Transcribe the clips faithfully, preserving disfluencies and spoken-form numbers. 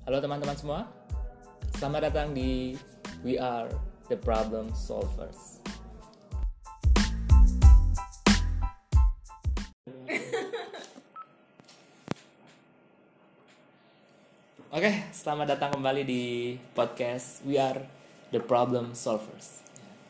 Halo teman-teman semua, selamat datang di We Are The Problem Solvers. Oke, selamat datang kembali di podcast We Are The Problem Solvers.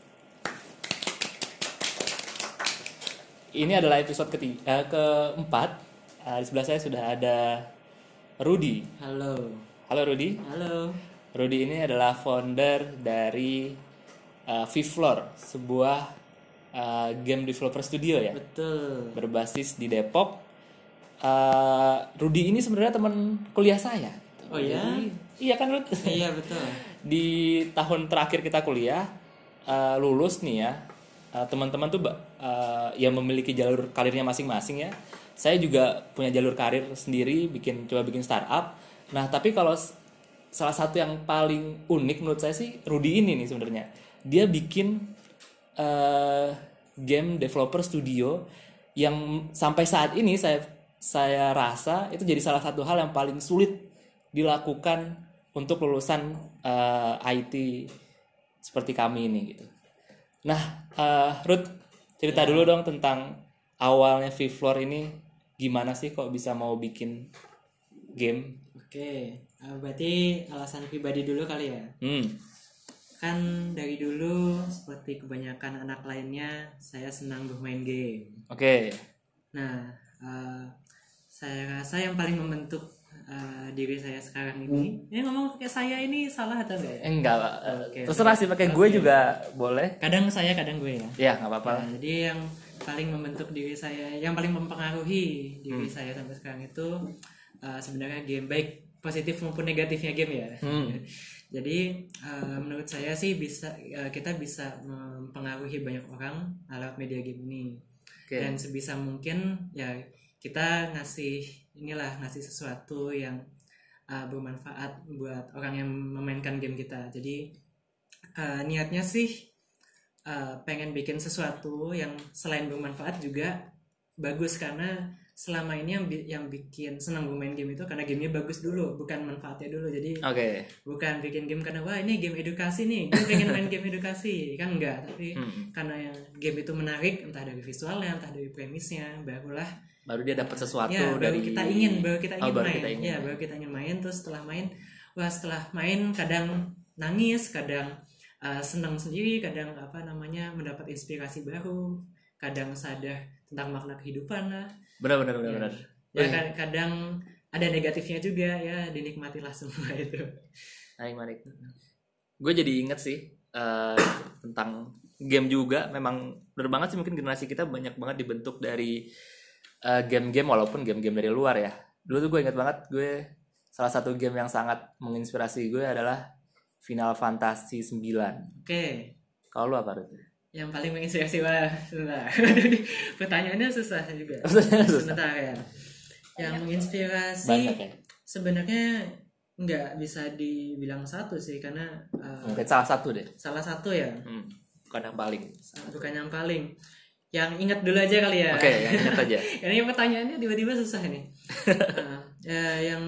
Ini adalah episode ketiga, eh, keempat. Eh, di sebelah saya sudah ada Rudy. Halo. Halo Rudy. Halo. Rudy ini adalah founder dari uh, Vivlor, sebuah uh, game developer studio ya. Betul. Berbasis di Depok. Uh, Rudy ini sebenarnya teman kuliah saya. Oh ya? Jadi, iya kan Rud? Iya betul. Di tahun terakhir kita kuliah, uh, lulus nih ya. Uh, teman-teman tuh uh, yang memiliki jalur karirnya masing-masing ya. Saya juga punya jalur karir sendiri, bikin coba bikin startup. Nah, tapi kalau salah satu yang paling unik menurut saya sih Rudy ini nih sebenarnya. Dia bikin uh, game developer studio yang sampai saat ini saya saya rasa itu jadi salah satu hal yang paling sulit dilakukan untuk lulusan uh, I T seperti kami ini gitu. Nah, uh, Ruth, cerita ya. dulu dong tentang awalnya Vivlor ini gimana sih kok bisa mau bikin game? Oke, uh, berarti alasan pribadi dulu kali ya. Hmm. Kan dari dulu seperti kebanyakan anak lainnya, saya senang bermain game. Oke. Nah, uh, saya rasa yang paling membentuk uh, diri saya sekarang ini, hmm. ya ngomong pakai saya ini salah atau enggak ya? Enggak, okay, terserah okay. sih pakai okay. gue juga boleh. Kadang saya, kadang gue ya. Iya, nggak apa-apa. Nah, jadi yang paling membentuk diri saya, yang paling mempengaruhi diri hmm. saya sampai sekarang itu uh, sebenarnya game, baik positif maupun negatifnya game ya. Hmm. Jadi uh, menurut saya sih bisa uh, kita bisa mempengaruhi banyak orang lewat media game ini. Okay. Dan sebisa mungkin ya kita ngasih inilah ngasih sesuatu yang uh, bermanfaat buat orang yang memainkan game kita. Jadi uh, niatnya sih uh, pengen bikin sesuatu yang selain bermanfaat juga bagus, karena selama ini yang yang bikin senang bermain game itu karena gamenya bagus dulu, bukan manfaatnya dulu. Jadi okay. bukan bikin game karena wah ini game edukasi nih, gue pengen main game edukasi, kan enggak. Tapi hmm. karena yang game itu menarik, entah dari visualnya, entah dari premisnya, barulah baru dia dapat sesuatu ya, dari baru kita ingin, baru kita ingin oh, baru main, kita ingin ya main. baru kita ingin main. Terus setelah main, wah setelah main kadang nangis, kadang uh, senang sendiri, kadang apa namanya mendapat inspirasi baru, kadang sadar tentang makna kehidupan lah. Benar benar benar ya. benar. Ya kan, kadang ada negatifnya juga ya, dinikmatilah semua itu. Baik, gue jadi inget sih uh, tentang game juga. Memang benar banget sih, mungkin generasi kita banyak banget dibentuk dari uh, game-game walaupun game-game dari luar ya. Dulu tuh gue inget banget, gue salah satu game yang sangat menginspirasi gue adalah Final Fantasy sembilan. Oke. Okay. Kalau lu apa tuh? Yang paling menginspirasi wah sebentar. Pertanyaannya susah juga. Sebentar ya. Yang menginspirasi ya? Sebenarnya nggak bisa dibilang satu sih, karena uh, mungkin salah satu deh. Salah satu ya. Hmm, bukan yang paling. Bukan yang paling. Yang ingat dulu aja kali ya. Oke, okay, yang ingat aja. Ini pertanyaannya tiba-tiba susah nih. uh, ya, yang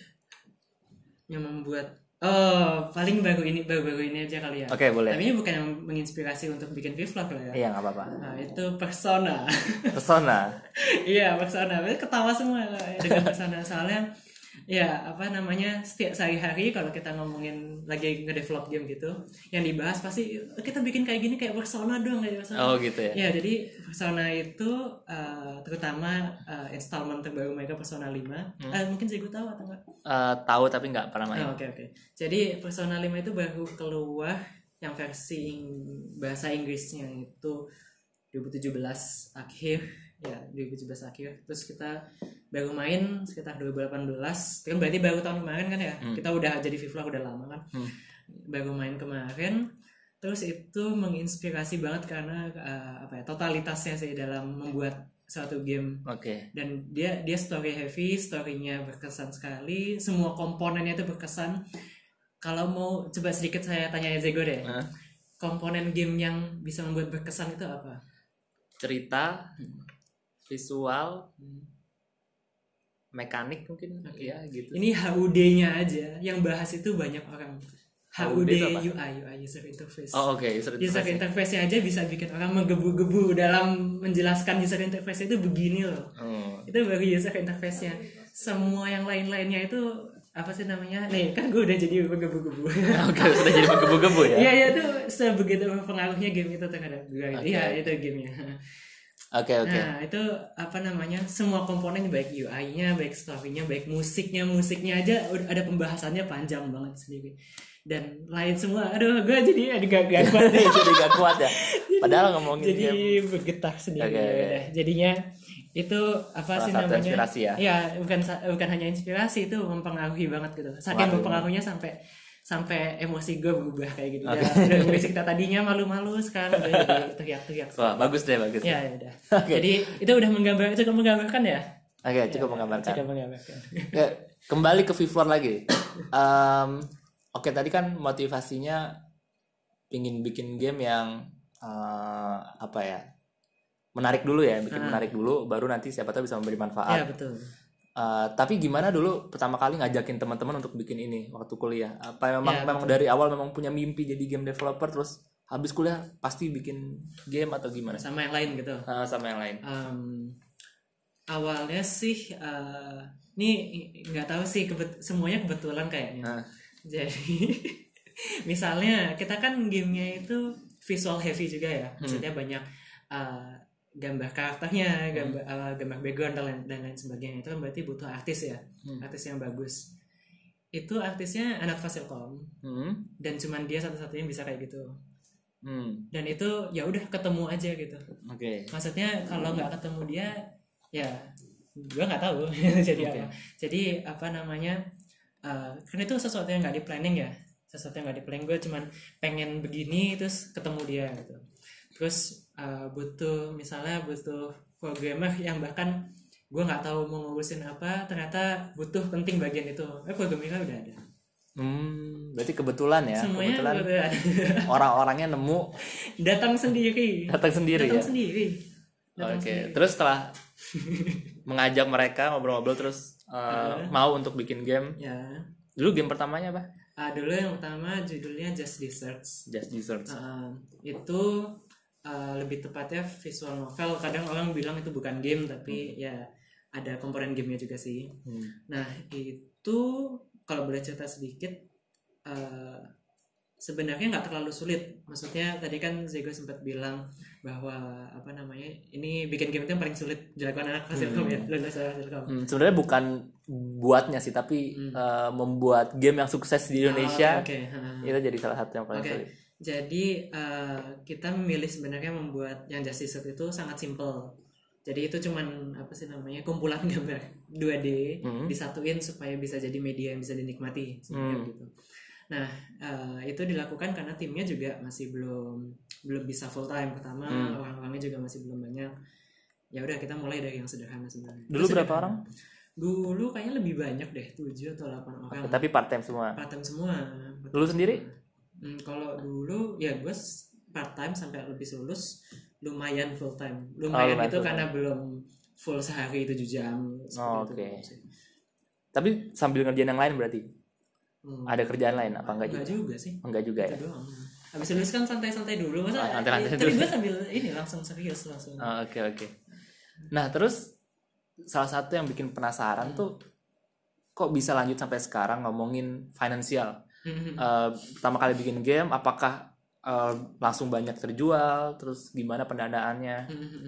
yang membuat oh, paling baru ini baru-baru ini aja kali ya. Oke, okay, boleh. Tapi ini bukan yang menginspirasi untuk bikin Vivlor ya. Iya, nggak apa-apa. Nah, itu Persona. Persona. Iya, Persona. Ketawa semua dengan Persona, soalnya ya apa namanya setiap sehari-hari kalau kita ngomongin lagi ngedevelop game gitu, yang dibahas pasti kita bikin kayak gini kayak Persona dong, kayak Persona. Oh gitu ya. Ya, jadi Persona itu uh, terutama uh, installment terbaru mereka Persona lima. Hmm. Uh, mungkin Zego tahu atau enggak? Uh, tahu tapi nggak pernah main. Oke oh, oke. Okay, okay. Jadi Persona lima itu baru keluar yang versi ing- bahasa Inggrisnya itu dua ribu tujuh belas akhir. Ya, dua ribu tujuh belas akhir. Terus kita baru main sekitar dua ribu delapan belas. Kan berarti baru tahun kemarin kan ya. Hmm. Kita udah jadi Vivlor udah lama kan. Hmm. Baru main kemarin. Terus itu menginspirasi banget karena uh, apa ya? Totalitasnya sih dalam membuat suatu game. Oke. Okay. Dan dia dia story heavy, storynya berkesan sekali. Semua komponennya itu berkesan. Kalau mau coba sedikit saya tanya Zego deh. Huh? Komponen game yang bisa membuat berkesan itu apa? Cerita, hmm. visual, mekanik mungkin ya gitu. Ini H U D-nya aja yang bahas itu banyak orang. H U D H U D U I, U I user interface. Oh oke, okay. user interface. User interface-nya aja bisa bikin orang menggebu-gebu dalam menjelaskan user interface itu begini loh. Oh. Itu baru user interface-nya. Semua yang lain-lainnya itu apa sih namanya? Nih kan gue udah jadi menggebu-gebu. Oke, okay, sudah jadi menggebu-gebu ya. Iya, ya itu sebegitu pengaruhnya game itu terhadap gue. Iya, okay. Itu gamenya. Oke okay, oke. Okay. Nah itu apa namanya, semua komponen baik U I-nya, baik story-nya, baik musiknya, musiknya aja ada pembahasannya panjang banget sendiri dan lain semua. Aduh, gue jadi agak gak kuat deh. Jadi gak kuat ya. Padahal ngomongin jadi game. bergetar sendiri. Okay, okay. Udah. Jadinya itu apa salah sih satu namanya? Inspirasi ya. Iya, bukan bukan hanya inspirasi, itu mempengaruhi banget gitu. Saking mempengaruhinya sampai sampai emosi gue berubah kayak gitu. Okay. Udah musik kita tadinya malu-malu, sekarang udah jadi teriak-teriak. Wah, bagus deh, bagus. Ya, ya udah. Okay. Jadi itu udah menggambar, cukup menggambarkan ya? Oke, okay, cukup ya, menggambarkan. Cukup menggambarkan. Ya, kembali ke Vivlor lagi. Um, Oke, okay, tadi kan motivasinya ingin bikin game yang uh, apa ya? Menarik dulu ya, bikin ah. menarik dulu, baru nanti siapa tahu bisa memberi manfaat. Ya, betul. Uh, tapi gimana dulu pertama kali ngajakin teman-teman untuk bikin ini waktu kuliah? Apa memang ya, memang dari awal memang punya mimpi jadi game developer, terus habis kuliah pasti bikin game atau gimana? Sama yang lain gitu. Uh, sama yang lain. Um, awalnya sih, uh, ini nggak tahu sih, kebet- semuanya kebetulan kayaknya. Uh. Jadi misalnya kita kan gamenya itu visual heavy juga ya, maksudnya hmm. banyak uh, gambar karakternya, gambar, hmm. uh, gambar background dan lain, dan lain sebagainya. Itu kan berarti butuh artis ya, hmm. artis yang bagus. Itu artisnya anak Fasilkom, hmm. dan cuman dia satu-satunya bisa kayak gitu. Hmm. Dan itu ya udah ketemu aja gitu. Oke. Okay. Maksudnya kalau nggak ketemu dia, ya gue nggak tahu jadi okay. apa. Jadi apa namanya? Uh, kan itu sesuatu yang nggak di planning ya, sesuatu yang nggak di planning. Gue cuman pengen begini, terus ketemu dia gitu. Terus uh, butuh misalnya butuh programmer yang bahkan gue nggak tahu mau ngurusin apa, ternyata butuh penting bagian itu, eh programmernya udah ada. Hmm, berarti kebetulan ya. Semuanya kebetulan udah ada. Orang-orangnya nemu. Datang sendiri. Datang sendiri Datang ya. sendiri. Oke. Okay. Terus setelah mengajak mereka ngobrol-ngobrol terus uh, uh. mau untuk bikin game. Ya. Dulu game pertamanya apa? Ah, dulu yang pertama judulnya Just Desserts. Just Desserts. Uh, itu uh, lebih tepatnya visual novel. Kadang orang bilang itu bukan game, tapi hmm. ya ada komponen gamenya juga sih. Hmm. Nah itu kalau boleh cerita sedikit, uh, sebenarnya nggak terlalu sulit. Maksudnya tadi kan Zego sempat bilang bahwa apa namanya, ini bikin game itu yang paling sulit dilakukan anak Fasilkom hmm. ya, lulus Fasilkom. Hmm, sebenarnya bukan buatnya sih, tapi hmm. uh, membuat game yang sukses di Indonesia. Oh, okay. Okay. Itu jadi salah satu yang paling okay. sulit. Jadi uh, kita memilih sebenarnya membuat yang Just Desserts itu sangat simple. Jadi itu cuman apa sih namanya, kumpulan gambar dua D hmm. disatuin supaya bisa jadi media yang bisa dinikmati sebenarnya hmm. gitu. Nah uh, itu dilakukan karena timnya juga masih belum belum bisa full time. Pertama hmm. orang-orangnya juga masih belum banyak. Ya udah kita mulai dari yang sederhana sebenarnya. Dulu berapa sederhana. orang? Dulu kayaknya lebih banyak deh, tujuh atau delapan orang. Oke, tapi part time semua. Part time semua. Part Dulu sendiri? Hmm, kalau dulu ya gue part time sampai lebih lulus. Lumayan full time, lumayan oh, itu karena time. Belum full sehari tujuh jam. Oh, Oke. Okay. Tapi sambil ngerjain yang lain berarti? Hmm. Ada kerjaan lain apa enggak, enggak juga? juga sih. Enggak juga itu ya. Doang. Habis lulus kan santai-santai dulu, masa? Oh, santai-santai tapi gue sambil ini langsung serius langsung. Oke oh, oke. Okay, okay. Nah terus salah satu yang bikin penasaran hmm. tuh, kok bisa lanjut sampai sekarang ngomongin finansial? Hmm. Uh, pertama kali bikin game, apakah Uh, langsung banyak terjual, terus gimana pendanaannya?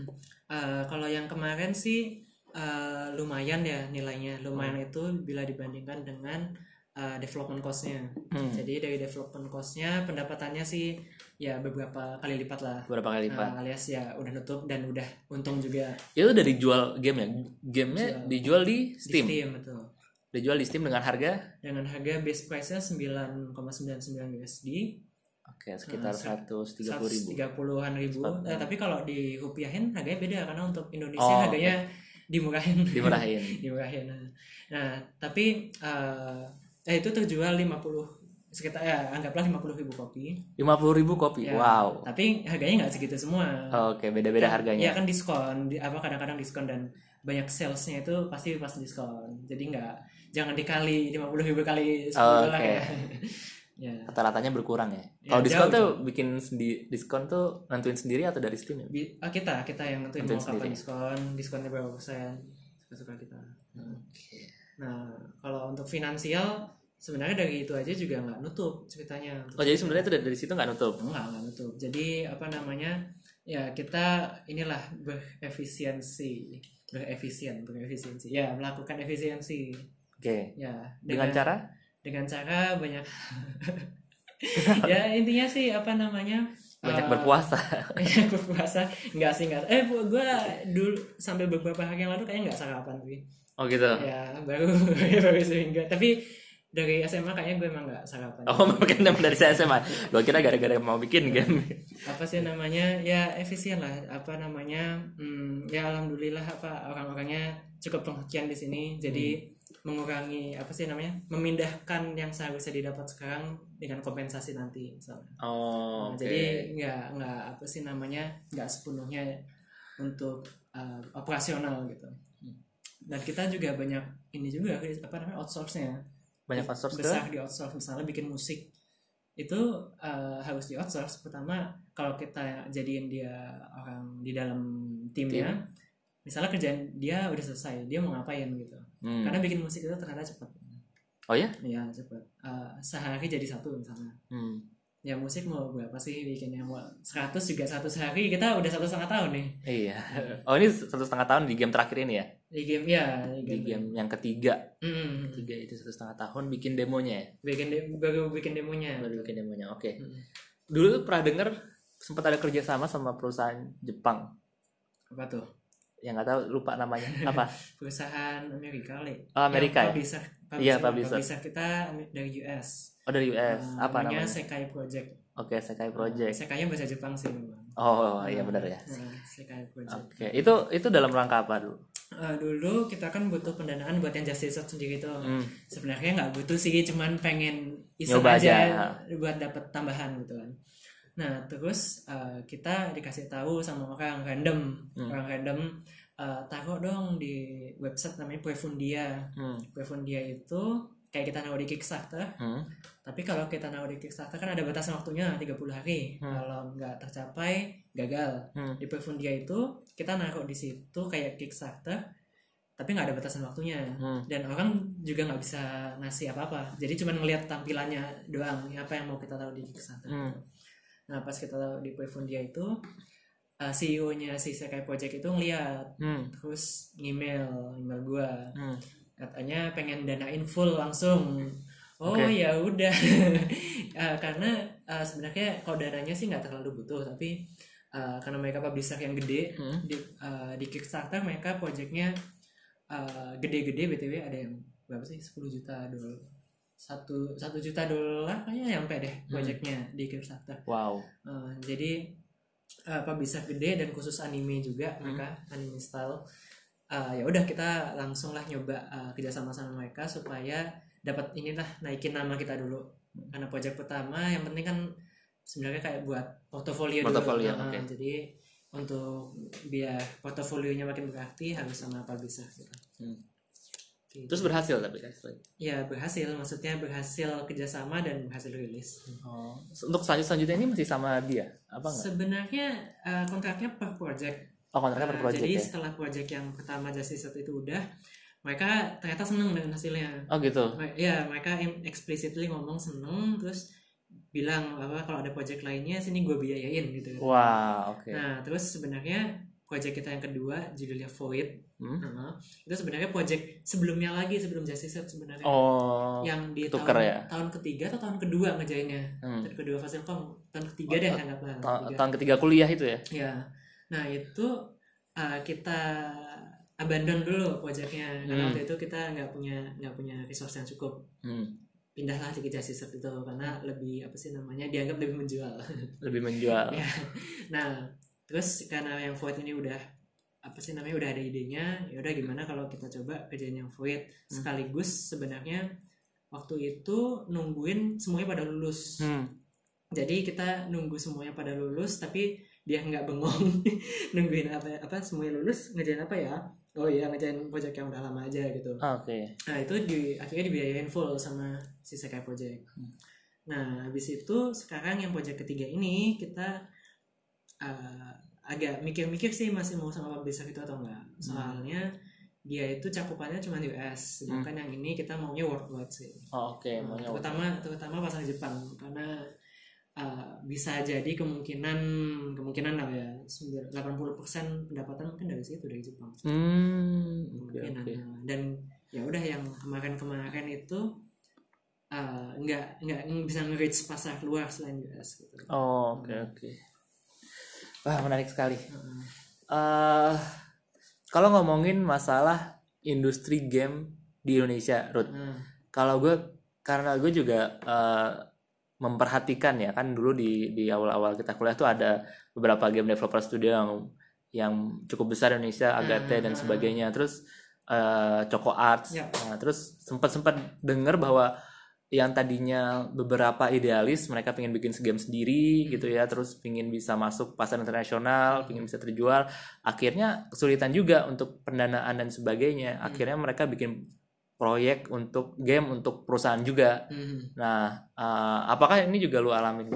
Uh, kalau yang kemarin sih uh, lumayan ya nilainya, lumayan hmm. itu bila dibandingkan dengan uh, development cost-nya. Hmm. Jadi dari development cost-nya pendapatannya sih ya beberapa kali lipat lah. Beberapa kali lipat. Uh, alias ya udah nutup dan udah untung juga. Itu dari jual game ya? Gamenya jual. Dijual di Steam? Di Steam, betul. Dijual di Steam dengan harga? Dengan harga base price-nya sembilan koma sembilan sembilan U S D. Oke, sekitar seratus tiga puluh ribu. seratus tiga puluhan ribu. Nah, tapi kalau dirupiahin harganya beda karena untuk Indonesia oh, harganya okay. dimurahin. Dimurahin. dimurahin. Nah, tapi uh, eh itu terjual lima puluh sekitar ya anggaplah lima puluh ribu kopi. lima puluh ribu kopi. Ya, Wow. Tapi harganya nggak segitu semua. Oh, Oke, okay. beda-beda Kan- harganya. Ya kan diskon, di, apa kadang-kadang diskon dan banyak salesnya itu pasti pas diskon. Jadi nggak jangan dikali lima puluh ribu kali sepuluh lah Oke. ya. Ya. Rata-ratanya berkurang ya. Ya, Kalau diskon jauh, tuh bikin sendi- diskon tuh nentuin sendiri atau dari Steam ya? Bi- ah, kita kita yang nentuin Nentuin mau kapan sendiri. diskon, diskonnya berapa persen, suka-suka kita. Oke. Nah, kalau untuk finansial sebenarnya dari itu aja juga nggak nutup ceritanya. Oh jadi sebenarnya itu dari, dari situ nggak nutup? Enggak, enggak nutup. Jadi apa namanya? Ya kita inilah berefisiensi, berefisien, berefisiensi. Ya melakukan efisiensi. Oke. Ya Dengan cara? dengan cara banyak. Ya intinya sih apa namanya? Banyak eh, berpuasa. Banyak berpuasa. Enggak sih enggak. Eh gue dulu sampai beberapa hari yang lalu kayaknya nggak sarapan sih. Oh gitu. Ya baru baru seminggu. Tapi dari S M A kayaknya gue emang nggak sarapan. Oh mungkin dari saya S M A. Gue kira gara-gara mau bikin game. Apa sih namanya? Ya efisien lah. Apa namanya? Hmm, ya alhamdulillah apa orang-orangnya cukup pengertian di sini. Jadi mengurangi apa sih namanya? Memindahkan yang seharusnya didapat sekarang dengan kompensasi nanti misalnya. Oh. Nah, Oke. jadi nggak nggak apa sih namanya? Nggak sepenuhnya untuk uh, operasional gitu. Dan kita juga banyak ini juga apa namanya outsource-nya. Banyak outsource ke? Besar di outsource misalnya bikin musik itu uh, harus di outsource. Pertama kalau kita jadiin dia orang di dalam timnya, Tim. misalnya kerjaan dia udah selesai, dia mau ngapain gitu. Hmm. Karena bikin musik itu ternyata cepat. Oh ya? Iya cepat. Uh, sehari jadi satu misalnya. Hmm. Ya musik mau berapa sih bikinnya? Mau seratus juga seratus hari, kita udah satu setengah tahun nih Iya. Oh ini satu setengah tahun di game terakhir ini ya? di game ya. Di Di game, game yang ketiga. Mm, Tiga itu satu setengah tahun bikin demonya ya? bikin de- baru bikin demonya. Baru bikin demonya. Oke. Mm. Dulu tuh pernah denger sempat ada kerjasama sama perusahaan Jepang. Apa tuh? Yang nggak tahu lupa namanya apa? Perusahaan Amerika kali. Oh, Amerika ya? Publisher, Iya, publisher, publisher. kita dari U S. Oh dari U S. Uh, apa namanya namanya? Sekai Project. Oke, Sekai Project. Sekainya bahasa Jepang sih memang. Oh iya benar ya. Nah, Sekai Project. Oke, itu itu dalam rangka apa dulu? Uh, dulu kita kan butuh pendanaan buat yang Justice Research sendiri tuh. Hmm. Sebenarnya nggak butuh sih, cuman pengen iseng Nyoba aja, aja. buat dapat tambahan gitu kan. Nah terus uh, kita dikasih tahu sama orang random, Hmm. orang random uh, taruh dong di website namanya Prefundia. Hmm. Prefundia itu kayak kita naruh di Kickstarter. Hmm. Tapi kalau kita naruh di Kickstarter kan ada batasan waktunya tiga puluh hari. Hmm. Kalau nggak tercapai gagal. Hmm. Di Prefundia itu kita naruh di situ kayak Kickstarter, tapi nggak ada batasan waktunya. Hmm. Dan orang juga nggak bisa ngasih apa-apa. Jadi cuma ngelihat tampilannya doang, apa yang mau kita taruh di Kickstarter. Hmm. Nah pas kita taruh di Prefundia itu uh, C E O-nya si Sekai Project itu ngeliat, Hmm. terus email email gua. Hmm. Katanya pengen danain full langsung. Oh Oke. ya udah. Uh, karena uh, sebenarnya kalau dananya sih nggak terlalu butuh, tapi uh, karena mereka publisher yang gede, Hmm. di, uh, di Kickstarter mereka projectnya uh, gede-gede. B T W ada yang berapa sih, sepuluh juta dolar, satu satu juta dolar kayaknya nyampe deh projectnya di Kickstarter. Wow. Uh, jadi uh, publisher gede dan khusus anime juga, Hmm. mereka anime style. Uh, ya udah kita langsung lah nyoba uh, kerjasama sama mereka supaya dapat inilah naikin nama kita dulu, karena project pertama yang penting kan sebenarnya kayak buat portofolio, Portofolio, dulu. Nah, oke. jadi untuk biar portofolionya makin berarti harus sama publisher gitu. Hmm. Gitu. Terus berhasil tapi kan? Ya berhasil, maksudnya berhasil kerjasama dan berhasil rilis. Oh. Untuk selanjut selanjutnya ini masih sama dia apa enggak? Sebenarnya uh, kontraknya per project. Oh kontraknya per Nah, project jadi ya? setelah project yang pertama Justice Research itu udah, mereka ternyata seneng dengan hasilnya. Oh gitu. Me- Ya mereka im- explicitly ngomong seneng, terus bilang apa kalau ada project lainnya sini gue biayain gitu. Wah oke. Nah terus sebenarnya project kita yang kedua judulnya Void. Hmm? Nah, itu sebenarnya project sebelumnya lagi sebelum Justice Research sebenarnya. Oh. Yang di tuker tahun, ya? tahun ketiga atau tahun kedua ngerjainnya. Hmm. Tahun kedua Fasilkom, tahun ketiga Oh, deh ta- anggaplah. tahun Ta- ketiga. tahun ketiga kuliah itu ya? Ya, nah itu uh, kita abandon dulu projectnya karena Hmm. waktu itu kita nggak punya nggak punya resource yang cukup. Hmm. Pindahlah di Justice Research itu karena lebih apa sih namanya, dianggap lebih menjual. Lebih menjual. Ya. Nah terus karena yang Void ini udah apa sih namanya udah ada idenya, ya udah gimana kalau kita coba kerjain yang Void sekaligus sebenarnya waktu itu nungguin semuanya pada lulus. Hmm. Jadi kita nunggu semuanya pada lulus, tapi dia nggak bengong nungguin apa apa semuanya lulus ngerjain apa ya? Oh iya, ngerjain project yang udah lama aja gitu. Oke. Okay. Nah itu di akhirnya dibiayain full sama si Sekai Project. Hmm. Nah habis itu sekarang yang project ketiga ini kita uh, agak mikir-mikir sih masih mau sama publisher itu atau enggak. Soalnya hmm. dia itu cakupannya cuma di U S, sedangkan hmm. yang ini kita maunya worldwide sih. Oh, oke, okay. Nah, terutama terutama pasar Jepang karena uh, bisa jadi kemungkinan kemungkinan lah ya delapan puluh persen pendapatan mungkin dari situ dari Jepang. Hmm, kemungkinan. Okay, okay. Nah, dan ya udah yang kemarin-kemarin itu uh, nggak nggak bisa nge-reach pasar luar selain U S gitu. Oh, oke okay, oke. Okay. Wah, menarik sekali. Uh, uh, kalau ngomongin masalah industri game di Indonesia, Ruth, uh. kalau gue karena gue juga uh, memperhatikan ya, kan dulu di di awal-awal kita kuliah tuh ada beberapa game developer studio yang yang cukup besar di Indonesia, Agate uh, dan sebagainya. Terus uh, Choco Arts, yeah. Nah, terus sempat-sempat dengar bahwa yang tadinya beberapa idealis mereka pengen bikin game sendiri hmm. gitu ya, terus pengen bisa masuk pasar internasional, hmm. pengen bisa terjual, akhirnya kesulitan juga untuk pendanaan dan sebagainya. Akhirnya hmm. mereka bikin proyek untuk game untuk perusahaan juga. Hmm. Nah, uh, apakah ini juga lu alamin?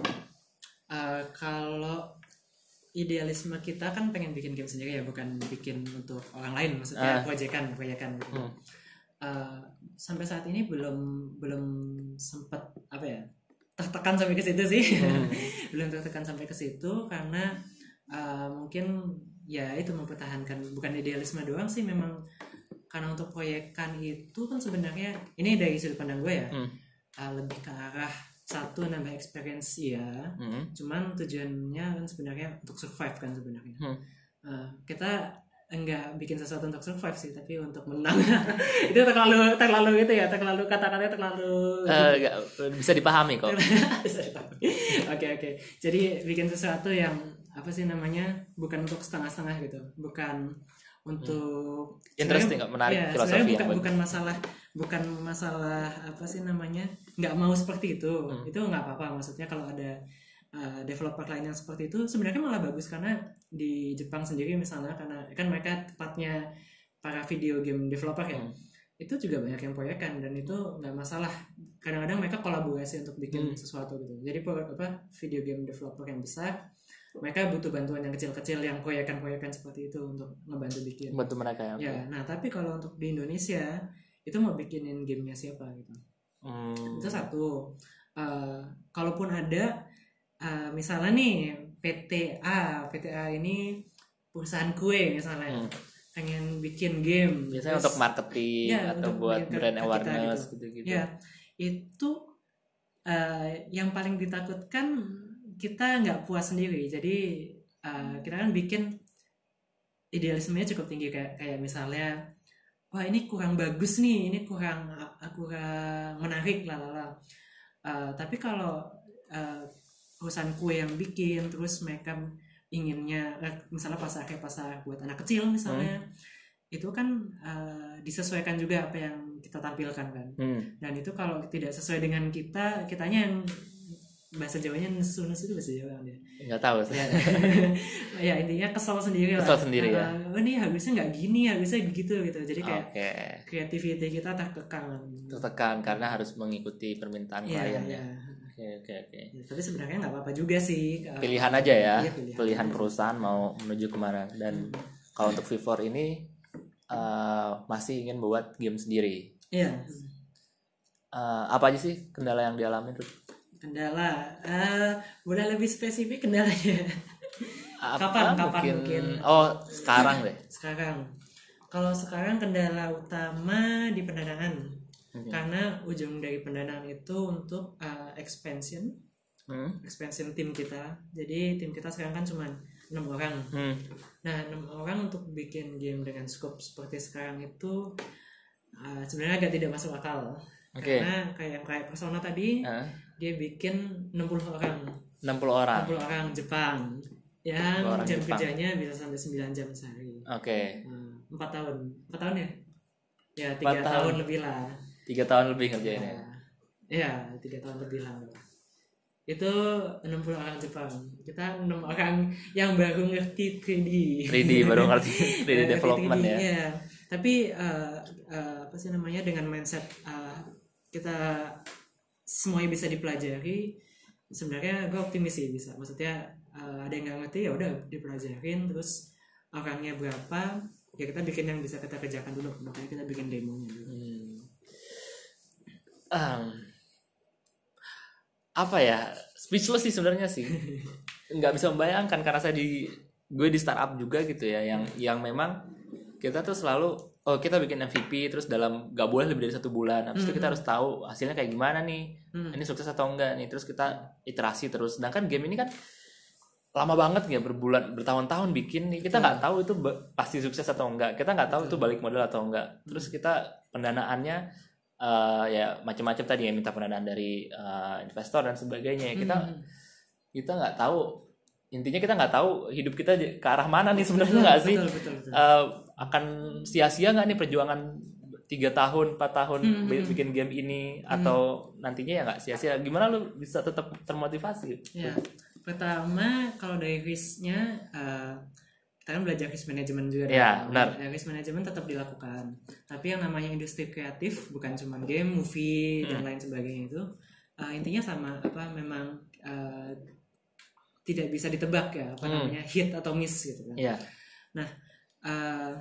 Uh, kalau idealisme kita kan pengen bikin game sendiri ya, bukan bikin untuk orang lain, maksudnya uh. proyekan, proyekan gitu. Hmm. Uh, sampai saat ini belum belum sempat apa ya tertekan sampai ke situ sih, hmm. belum tertekan sampai ke situ karena uh, mungkin ya itu mempertahankan bukan idealisme doang sih, memang karena untuk proyekan itu kan sebenarnya ini dari sudut pandang gue ya, hmm. uh, lebih ke arah satu nambah experience ya, hmm. cuman tujuannya kan sebenarnya untuk survive kan sebenarnya. hmm. uh, kita enggak bikin sesuatu untuk survive sih, tapi untuk menang. Itu terlalu terlalu gitu ya, terlalu kata-katanya terlalu uh, gak, bisa dipahami kok. Oke oke. Jadi bikin sesuatu yang apa sih namanya, bukan untuk setengah-setengah gitu, bukan untuk hmm. interesting, nggak menarik ya, filosofi bukan, bukan masalah bukan masalah apa sih namanya nggak mau seperti itu. hmm. Itu nggak apa-apa, maksudnya kalau ada Uh, developer lain yang seperti itu sebenarnya malah bagus, karena di Jepang sendiri misalnya, karena kan mereka tepatnya para video game developer ya, hmm. itu juga banyak yang proyekan dan itu nggak masalah. Kadang-kadang mereka kolaborasi untuk bikin hmm. sesuatu gitu. Jadi apa video game developer yang besar mereka butuh bantuan yang kecil-kecil yang proyekan-proyekan seperti itu untuk ngebantu bikin. Bantu mereka ya. Ya, nah tapi kalau untuk di Indonesia itu mau bikinin gamenya siapa gitu. Hmm. Itu satu. Uh, kalaupun ada Uh, misalnya nih P T A, P T A ini perusahaan kue misalnya, hmm. pengen bikin game. Biasanya terus, untuk marketing ya, atau untuk buat brand awareness gitu. gitu-gitu. Ya, itu uh, yang paling ditakutkan kita nggak puas sendiri. Jadi uh, kita kan bikin idealismenya cukup tinggi, kayak kayak misalnya, wah ini kurang bagus nih, ini kurang uh, kurang menarik lah lah. Uh, tapi kalau uh, perusahaan kue yang bikin, terus mereka inginnya misalnya pasar kayak pasar buat anak kecil misalnya, hmm. itu kan uh, disesuaikan juga apa yang kita tampilkan kan. hmm. Dan itu kalau tidak sesuai dengan kita, kitanya yang bahasa Jawanya nesu nesu itu bahasa Jawa dia nggak tahu sih. Ya intinya kesel sendiri lah, kesel sendiri uh, ya, oh ini harusnya nggak gini, harusnya begitu gitu. Jadi kayak okay. creativity kita tertekan tertekan karena harus mengikuti permintaan yeah, klien yeah. ya. Oke oke oke. Ya, tapi sebenarnya nggak apa-apa juga sih. Pilihan aja ya. Iya, pilihan, pilihan perusahaan mau menuju kemana. Dan hmm. kalau untuk Vivor ini uh, masih ingin buat game sendiri. Iya. Uh, apa aja sih kendala yang dialami tuh? Kendala, uh, boleh lebih spesifik kendalanya? Kapan? Apa, kapan mungkin, mungkin? Oh sekarang deh. Sekarang. Kalau sekarang kendala utama di pendanaan. Hmm. Karena ujung dari pendanaan itu untuk uh, expansion, hmm. expansion tim kita. Jadi tim kita sekarang kan cuma enam orang. Hmm. Nah enam orang untuk bikin game dengan scope seperti sekarang itu uh, sebenarnya agak tidak masuk akal. Okay. Karena kayak kayak Persona tadi, uh. dia bikin enam puluh orang. enam puluh orang. enam puluh orang Jepang. Yang orang jam Jepang. Kerjanya bisa sampai sembilan jam sehari. Oke. Okay. Uh, empat tahun. empat tahun ya? Ya tiga tahun. tahun lebih lah. Tiga tahun lebih ngerjainnya. Nah, Ya, tiga tahun lebih lama. Itu enam puluh orang Jepang. Kita enam orang yang baru ngerti tiga D. tiga D baru ngerti tiga D development ya. Ya. Tapi uh, uh, apa sih namanya, dengan mindset uh, kita semuanya bisa dipelajari, sebenarnya gue optimis sih bisa. Maksudnya uh, ada yang nggak ngerti ya udah dipelajarin, terus orangnya berapa ya kita bikin yang bisa kita kerjakan dulu, makanya kita bikin demonya dulu. Hmm. Um, apa ya, speechless sih sebenarnya sih, nggak bisa membayangkan karena saya di gue di startup juga gitu ya, yang yang memang kita tuh selalu oh kita bikin M V P terus dalam gak boleh lebih dari satu bulan, habis itu kita harus tahu hasilnya kayak gimana nih, ini sukses atau enggak nih, terus kita iterasi terus. Sedangkan game ini kan lama banget ya, berbulan bertahun-tahun bikin nih, kita nggak tahu itu pasti sukses atau enggak, kita nggak tahu itu balik modal atau enggak, terus kita pendanaannya Uh, ya macam-macam tadi ya, minta pendanaan dari uh, investor dan sebagainya. Kita hmm. kita nggak tahu, intinya kita nggak tahu hidup kita ke arah mana nih sebenarnya, nggak sih? Betul, betul, betul. Uh, akan sia-sia nggak nih perjuangan tiga tahun empat tahun hmm. bikin game ini, atau hmm. nantinya ya nggak sia-sia? Gimana lu bisa tetap termotivasi? Ya, pertama kalau dari risknya uh, kita kan belajar risk management juga. Ya, benar. Risk management tetap dilakukan. Tapi yang namanya industri kreatif bukan cuma game, movie hmm. dan lain sebagainya itu uh, intinya sama, apa memang uh, tidak bisa ditebak ya, apa hmm. namanya hit atau miss gitu kan. Yeah. Nah, uh,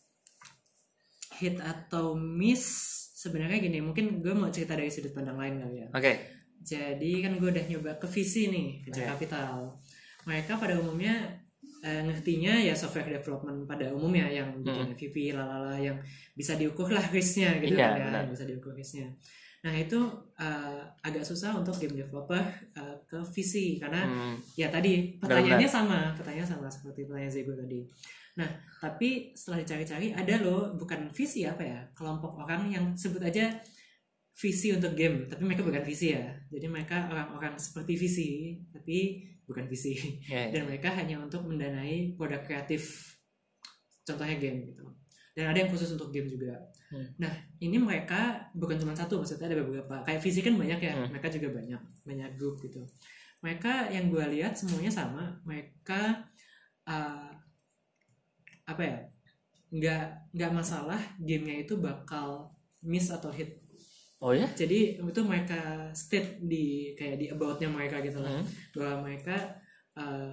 hit atau miss sebenarnya gini, mungkin gue mau cerita dari sudut pandang lain kali ya. Oke. Okay. Jadi kan gue udah nyoba ke V C nih, venture okay. capital. Mereka pada umumnya Uh, ngertinya ya software development pada umumnya, yang bikin hmm. M V P lalala, yang bisa diukur lah risknya gitu yeah, kan ya, yang bisa diukur risknya. Nah itu uh, agak susah untuk game developer uh, ke V C karena hmm. ya tadi pertanyaannya benar, sama, pertanyaannya sama seperti pertanyaan Zego tadi. Nah tapi setelah dicari-cari ada loh, bukan V C apa ya, kelompok orang yang sebut aja V C untuk game, tapi mereka bukan V C ya. Jadi mereka orang-orang seperti V C tapi bukan V C, yeah, yeah. dan mereka hanya untuk mendanai produk kreatif, contohnya game gitu. Dan ada yang khusus untuk game juga. Hmm. Nah ini mereka bukan cuma satu, maksudnya ada beberapa. Kayak V C kan banyak ya, hmm. mereka juga banyak, banyak grup gitu. Mereka yang gue lihat semuanya sama, mereka uh, apa ya, nggak nggak masalah gamenya itu bakal miss atau hit. Oh ya? Jadi itu mereka state di kayak di about-nya mereka gitu lah, hmm. bahwa mereka uh,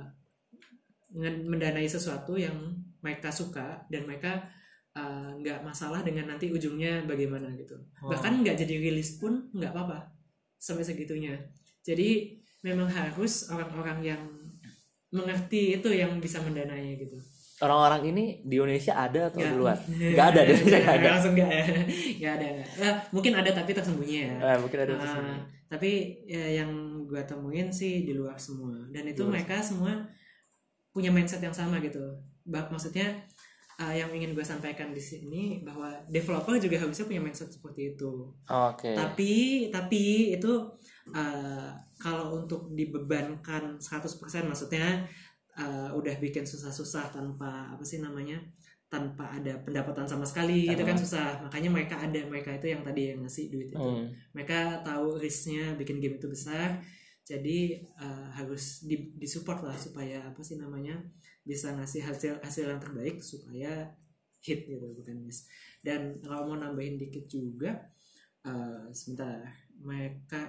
mendanai sesuatu yang mereka suka dan mereka nggak uh, masalah dengan nanti ujungnya bagaimana gitu. Oh. Bahkan nggak jadi rilis pun nggak apa-apa sampai segitunya. Jadi memang harus orang-orang yang mengerti itu yang bisa mendanainya gitu. Orang-orang ini di Indonesia ada atau di luar? Nggak ada, di Indonesia nggak ada. Langsung nggak ya, nggak ada. Nah, mungkin ada tapi tersembunyi ya. Eh, mungkin ada tersembunyi. Uh, tapi ya, yang gue temuin sih di luar semua. Dan itu luar. Mereka semua punya mindset yang sama gitu. Bah, maksudnya uh, yang ingin gue sampaikan di sini bahwa developer juga harusnya punya mindset seperti itu. Oke. Okay. Tapi tapi itu uh, kalau untuk dibebankan seratus persen, maksudnya Uh, udah bikin susah-susah tanpa apa sih namanya, tanpa ada pendapatan sama sekali itu kan susah. Makanya mereka ada, mereka itu yang tadi yang ngasih duit itu, hmm. mereka tahu risknya bikin game itu besar, jadi uh, harus di, disupport lah supaya apa sih namanya bisa ngasih hasil hasil yang terbaik supaya hit gitu, bukan miss. Dan kalau mau nambahin dikit juga, uh, sebentar, mereka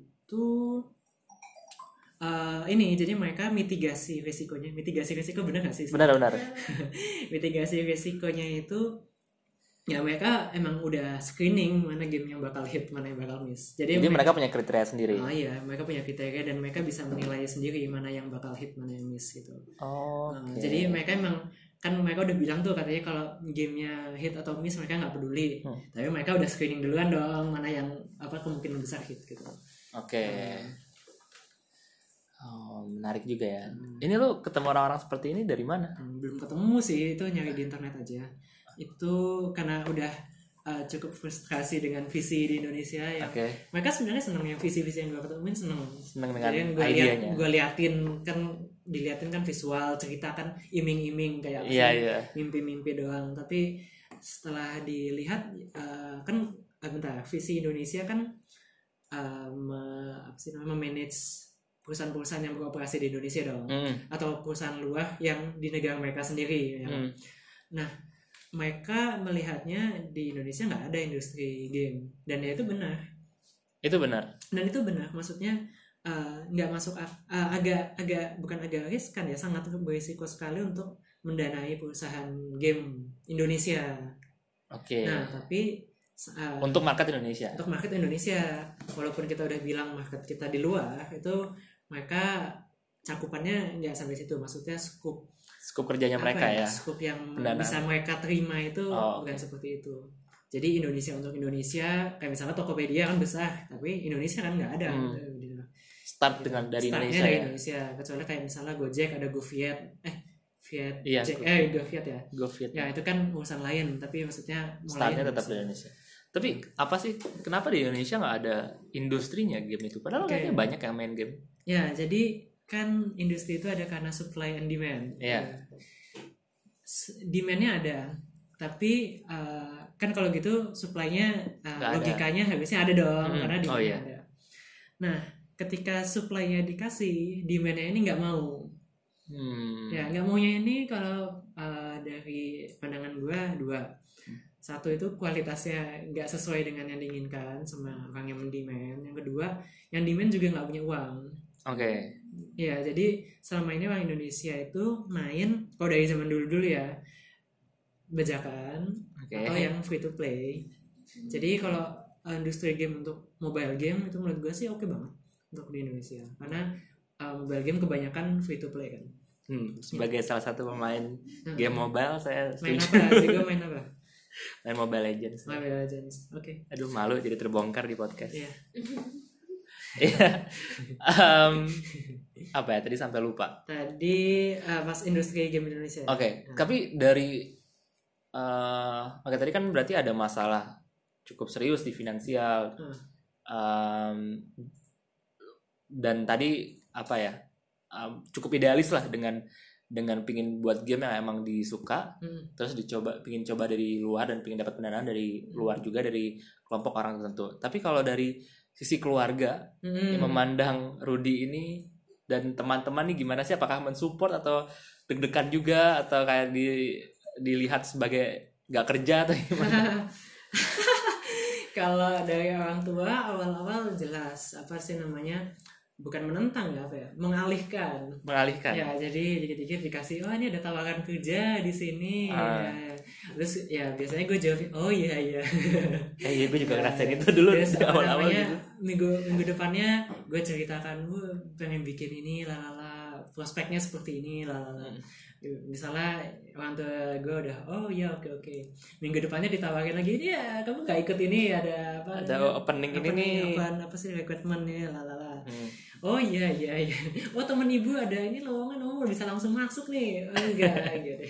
itu Uh, ini jadi mereka mitigasi risikonya, mitigasi risiko benar nggak sih? Benar-benar. Mitigasi risikonya itu ya mereka emang udah screening mana game yang bakal hit, mana yang bakal miss. Jadi, jadi mereka, mereka punya kriteria sendiri. Oh iya, mereka punya kriteria dan mereka bisa menilai sendiri mana yang bakal hit, mana yang miss gitu. Oh. Uh, jadi mereka emang kan mereka udah bilang tuh katanya kalau gamenya hit atau miss mereka nggak peduli, hmm. tapi mereka udah screening duluan dong mana yang apa kemungkinan besar hit gitu. Oke. Okay. Uh, Oh, menarik juga ya. Hmm. Ini lu ketemu orang-orang seperti ini dari mana? Hmm, belum ketemu sih, itu nyari di internet aja. Itu karena udah uh, cukup frustrasi dengan visi di Indonesia yang okay. mereka sebenarnya seneng yang visi-visi yang gue ketemuin seneng. Seneng dengan jadi gue liat, gue liatin kan, diliatin kan visual, cerita kan iming-iming kayak apa yeah, sih, yeah. mimpi-mimpi doang. Tapi setelah dilihat uh, kan, uh, bentar, visi Indonesia kan uh, me, apa sih namanya memanage perusahaan-perusahaan yang beroperasi di Indonesia dong, mm. atau perusahaan luar yang di negara mereka sendiri. Ya. Mm. Nah, mereka melihatnya di Indonesia nggak ada industri game, dan ya itu benar. Itu benar. Dan itu benar, maksudnya nggak uh, masuk uh, agak agak bukan agak riskan ya, sangat berisiko sekali untuk mendanai perusahaan game Indonesia. Oke. Okay. Nah, tapi uh, untuk market Indonesia. Untuk market Indonesia, walaupun kita udah bilang market kita di luar, itu mereka cakupannya nggak sampai situ. Maksudnya scoop scoop kerjanya mereka ya. Scoop yang pendanaan. Bisa mereka terima itu oh, bukan okay. seperti itu. Jadi Indonesia untuk Indonesia, kayak misalnya Tokopedia kan besar, tapi Indonesia kan nggak ada. Hmm. Gitu. Start dengan dari Startnya Indonesia dari ya. Indonesia. Kecuali kayak misalnya Gojek ada GoViet, eh Viet, iya, Jack, eh GoViet ya. GoViet. Ya itu kan urusan lain, tapi maksudnya startnya tetap di Indonesia. Tapi apa sih, kenapa di Indonesia nggak ada industrinya game itu? Padahal okay. kayaknya banyak yang main game. Ya, jadi kan industri itu ada karena supply and demand. Iya. Ya. Demand-nya ada, tapi uh, kan kalau gitu supply-nya uh, logikanya ada. Harusnya ada dong, hmm. karena demand-nya oh, iya. ada. Nah, ketika supply-nya dikasih, demand-nya ini nggak mau. Hmm. Ya, nggak maunya ini kalau uh, dari pandangan gue dua. Satu itu kualitasnya nggak sesuai dengan yang diinginkan sama orang yang mendemand. Yang kedua, yang demand juga nggak punya uang. Oke. Okay. Ya, jadi selama ini orang Indonesia itu main, kalau dari zaman dulu-dulu ya, bajakan, okay. atau yang free to play. Jadi kalau industri game untuk mobile game itu menurut gue sih oke okay banget untuk di Indonesia. Karena uh, mobile game kebanyakan free to play kan. Hmm, sebagai ya. salah satu pemain nah, game mobile saya main apa? Sih gue main apa? Main Mobile Legends. Mobile Legends. Oke. Okay. Aduh, malu jadi terbongkar di podcast. Iya. Iya. um, apa ya? Tadi sampai lupa. Tadi uh, pas industri game Indonesia. Oke. Okay. Nah. Tapi dari uh, oke okay, tadi kan berarti ada masalah cukup serius di finansial. Hmm. Um, dan tadi apa ya? Um, cukup idealis lah dengan dengan pingin buat game yang emang disuka, hmm. terus dicoba pingin coba dari luar dan pingin dapat pendanaan dari luar juga dari kelompok orang tertentu. Tapi kalau dari sisi keluarga hmm. yang memandang Rudy ini dan teman-teman nih gimana sih? Apakah mensupport atau deg-degan juga atau kayak di dilihat sebagai nggak kerja atau gimana? Kalau dari orang tua awal-awal jelas apa sih namanya? Bukan menentang ya apa ya, mengalihkan. Mengalihkan. Ya, jadi dikit-dikit dikasih, oh ini ada tawaran kerja di sini. Ah. Ya. Terus ya biasanya gue jawab, oh iya iya. Eh iya gue juga ngerasain itu dulu di awal-awal gitu. Minggu minggu depannya gue ceritakan, gue pengen bikin ini, lalala, prospeknya seperti ini, lalala. Hmm. Misalnya orang tua gue udah, oh iya oke oke. Minggu depannya ditawarin lagi, ini ya kamu nggak ikut ini ada apa? Ada namanya? opening, opening ini nih. Apa, apa sih recruitmentnya, lalala. Hmm. Oh iya iya iya. Oh temen ibu ada ini lowongan, oh bisa langsung masuk nih. Oh, enggak gitu.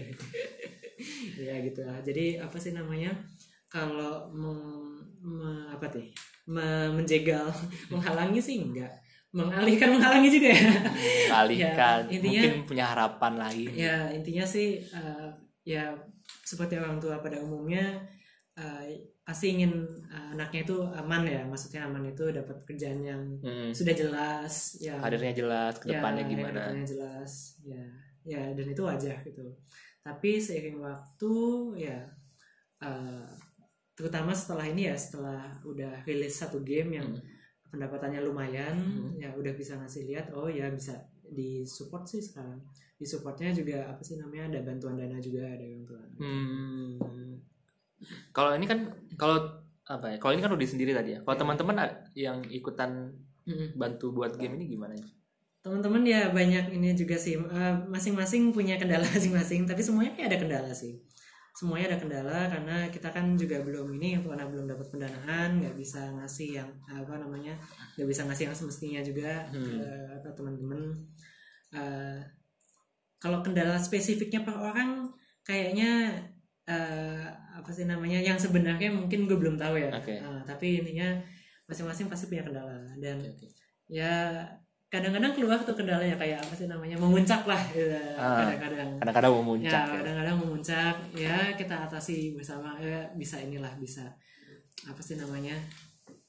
Ya gitu lah. Jadi apa sih namanya? Kalau meng, me, apa tuh? Me, menjegal, menghalangi sih enggak. Mengalihkan menghalangi juga ya. Mengalihkan. Ya, intinya, mungkin punya harapan lain. Ya intinya sih uh, ya seperti orang tua pada umumnya uh, pasti ingin uh, anaknya itu aman ya, maksudnya aman itu dapat kerjaan yang hmm. sudah jelas, ya karirnya jelas, kedepannya ya, gimana? Karirnya jelas, ya, ya dan itu wajar gitu. Tapi seiring waktu ya, uh, terutama setelah ini ya, setelah udah rilis satu game yang hmm. pendapatannya lumayan, hmm. ya udah bisa ngasih lihat, oh ya bisa disupport sih sekarang. Disupportnya juga apa sih namanya, ada bantuan dana juga dari orang tua. Hmm. Kalau ini kan kalau apa ya? Kalau ini kan udah sendiri tadi ya. Kalau teman-teman yang ikutan mm-hmm. bantu buat game ini gimana ya? Teman-teman ya banyak ini juga sih. Uh, masing-masing punya kendala masing-masing. Tapi semuanya kayak ada kendala sih. Semuanya ada kendala karena kita kan juga belum ini karena belum dapat pendanaan, nggak bisa ngasih yang apa namanya, nggak bisa ngasih yang semestinya juga hmm. ke uh, teman-teman. Uh, kalau kendala spesifiknya per orang kayaknya Uh, apa sih namanya yang sebenarnya mungkin gue belum tahu ya, okay. uh, tapi intinya masing-masing pasti punya kendala dan okay, okay. ya kadang-kadang keluar tuh kendalanya kayak apa sih namanya memuncak lah gitu. ah, kadang-kadang kadang-kadang memuncak ya, ya kadang-kadang memuncak ya kita atasi bersama ya bisa inilah bisa apa sih namanya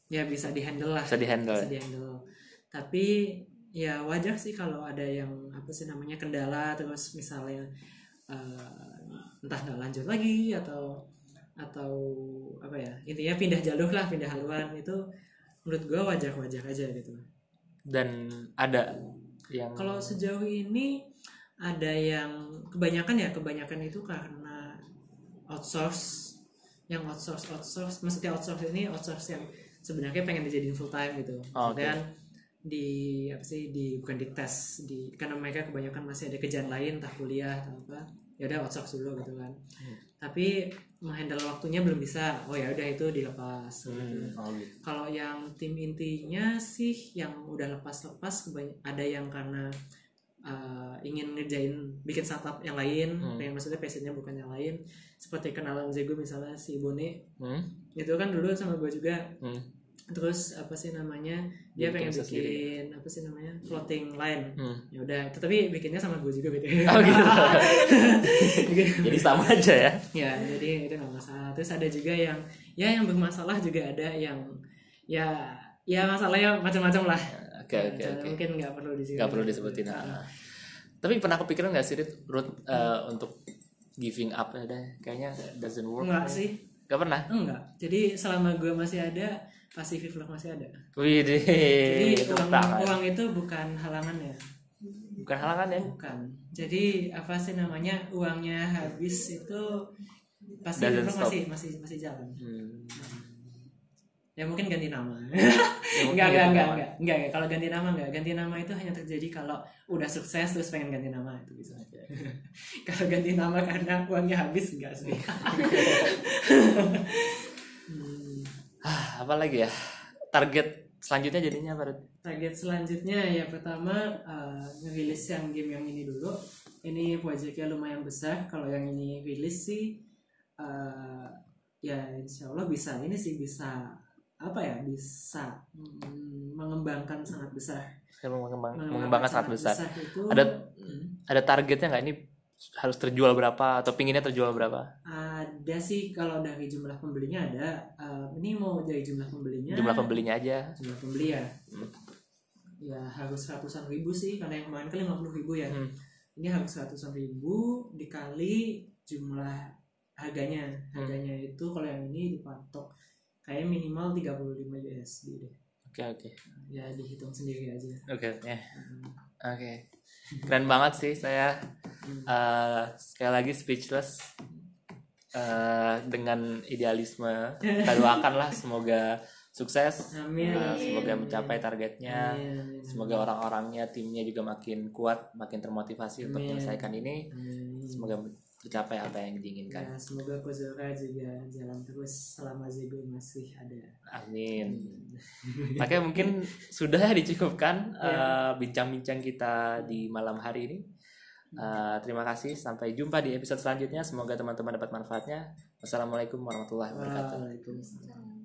ya bisa dihandle lah. Bisa dihandle. Bisa dihandle. Tapi ya wajar sih kalau ada yang apa sih namanya kendala, terus misalnya uh, entah nggak lanjut lagi atau atau apa ya, intinya pindah jalur lah, pindah haluan, itu menurut gue wajar-wajar aja gitu. Dan ada yang kalau sejauh ini ada yang kebanyakan ya kebanyakan itu karena outsource, yang outsource outsource maksudnya outsource ini outsource yang sebenarnya pengen dijadiin full time gitu. Oh, dan okay. di apa sih di bukan di tes di karena mereka kebanyakan masih ada kerjaan lain, entah kuliah atau apa, ya udah outsource dulu gitu kan. Hmm. Tapi menghandle waktunya belum bisa, oh ya udah itu dilepas. Hmm. Gitu. Oh, gitu. Kalau yang tim intinya sih yang udah lepas-lepas kebany- ada yang karena uh, ingin ngerjain bikin startup yang lain, hmm. yang maksudnya passionnya bukan yang lain, seperti kenalan Zego misalnya si Boni, hmm. itu kan dulu sama gue juga. Hmm. Terus apa sih namanya dia bikin pengen bikin sendiri. Apa sih namanya clothing line, hmm. ya udah tapi bikinnya sama gue juga bikin. Oh gitu. Jadi sama aja ya. Ya jadi itu nggak masalah. Terus ada juga yang ya yang bermasalah juga ada yang ya ya masalahnya macam-macam lah. Oke oke oke. Mungkin nggak perlu disebutin. Nggak perlu disebutin. Nah. Tapi pernah kepikiran nggak sih Ruth uh, untuk giving up ya deh? Kayaknya doesn't work. Enggak sih. Gak pernah? Enggak. Jadi selama gue masih ada, Pacific Vlog masih ada. Wih deh. Jadi uang, uang itu bukan halangan ya. Bukan halangan ya? Bukan. Jadi apa sih namanya uangnya habis itu Pacific Vlog masih masih masih jalan. Hmm. Ya mungkin ganti nama. Ya, enggak, enggak, enggak, enggak, enggak, enggak. Kalau ganti nama enggak. Ganti nama itu hanya terjadi kalau udah sukses terus pengen ganti nama, itu bisa aja. Kalau ganti nama karena uangnya habis enggak sih. hmm. ah, apa lagi ya? Target selanjutnya jadinya apa? Target selanjutnya ya pertama uh, ngerilis yang game yang ini dulu. Ini proyeknya lumayan besar. Kalau yang ini rilis sih uh, ya insya Allah bisa ini sih bisa apa ya bisa hmm, mengembangkan sangat besar. Mengembang, mengembangkan, mengembangkan sangat besar. besar itu, ada hmm. ada targetnya nggak ini harus terjual berapa atau pinginnya terjual berapa? Ada sih kalau dari jumlah pembelinya ada. Uh, ini mau dari jumlah pembelinya. Jumlah pembelinya aja. Jumlah pembeli ya. Hmm. Ya harus ratusan ribu sih karena yang kemarin kan lima puluh ribu ya. Hmm. Ini harus ratusan ribu dikali jumlah harganya. Harganya hmm. itu kalau yang ini dipatok kayak minimal tiga puluh lima U S D deh. Oke okay, oke. Okay. Ya dihitung sendiri aja. Oke okay, ya. Yeah. Hmm. Oke. Okay. Keren banget sih saya. Uh, sekali lagi speechless uh, dengan idealisme. Kita doakanlah semoga sukses. Amin. Uh, semoga mencapai targetnya. Amin. Semoga orang-orangnya, timnya juga makin kuat, makin termotivasi Amin. Untuk menyelesaikan ini. Amin. Semoga tercapai apa yang diinginkan. Ya, semoga Kozora juga jalan terus selama Zego masih ada. Amin. Oke, mungkin sudah dicukupkan ya. uh, bincang-bincang kita di malam hari ini. Uh, terima kasih. Sampai jumpa di episode selanjutnya. Semoga teman-teman dapat manfaatnya. Wassalamualaikum warahmatullahi wabarakatuh. Waalaikumsalam.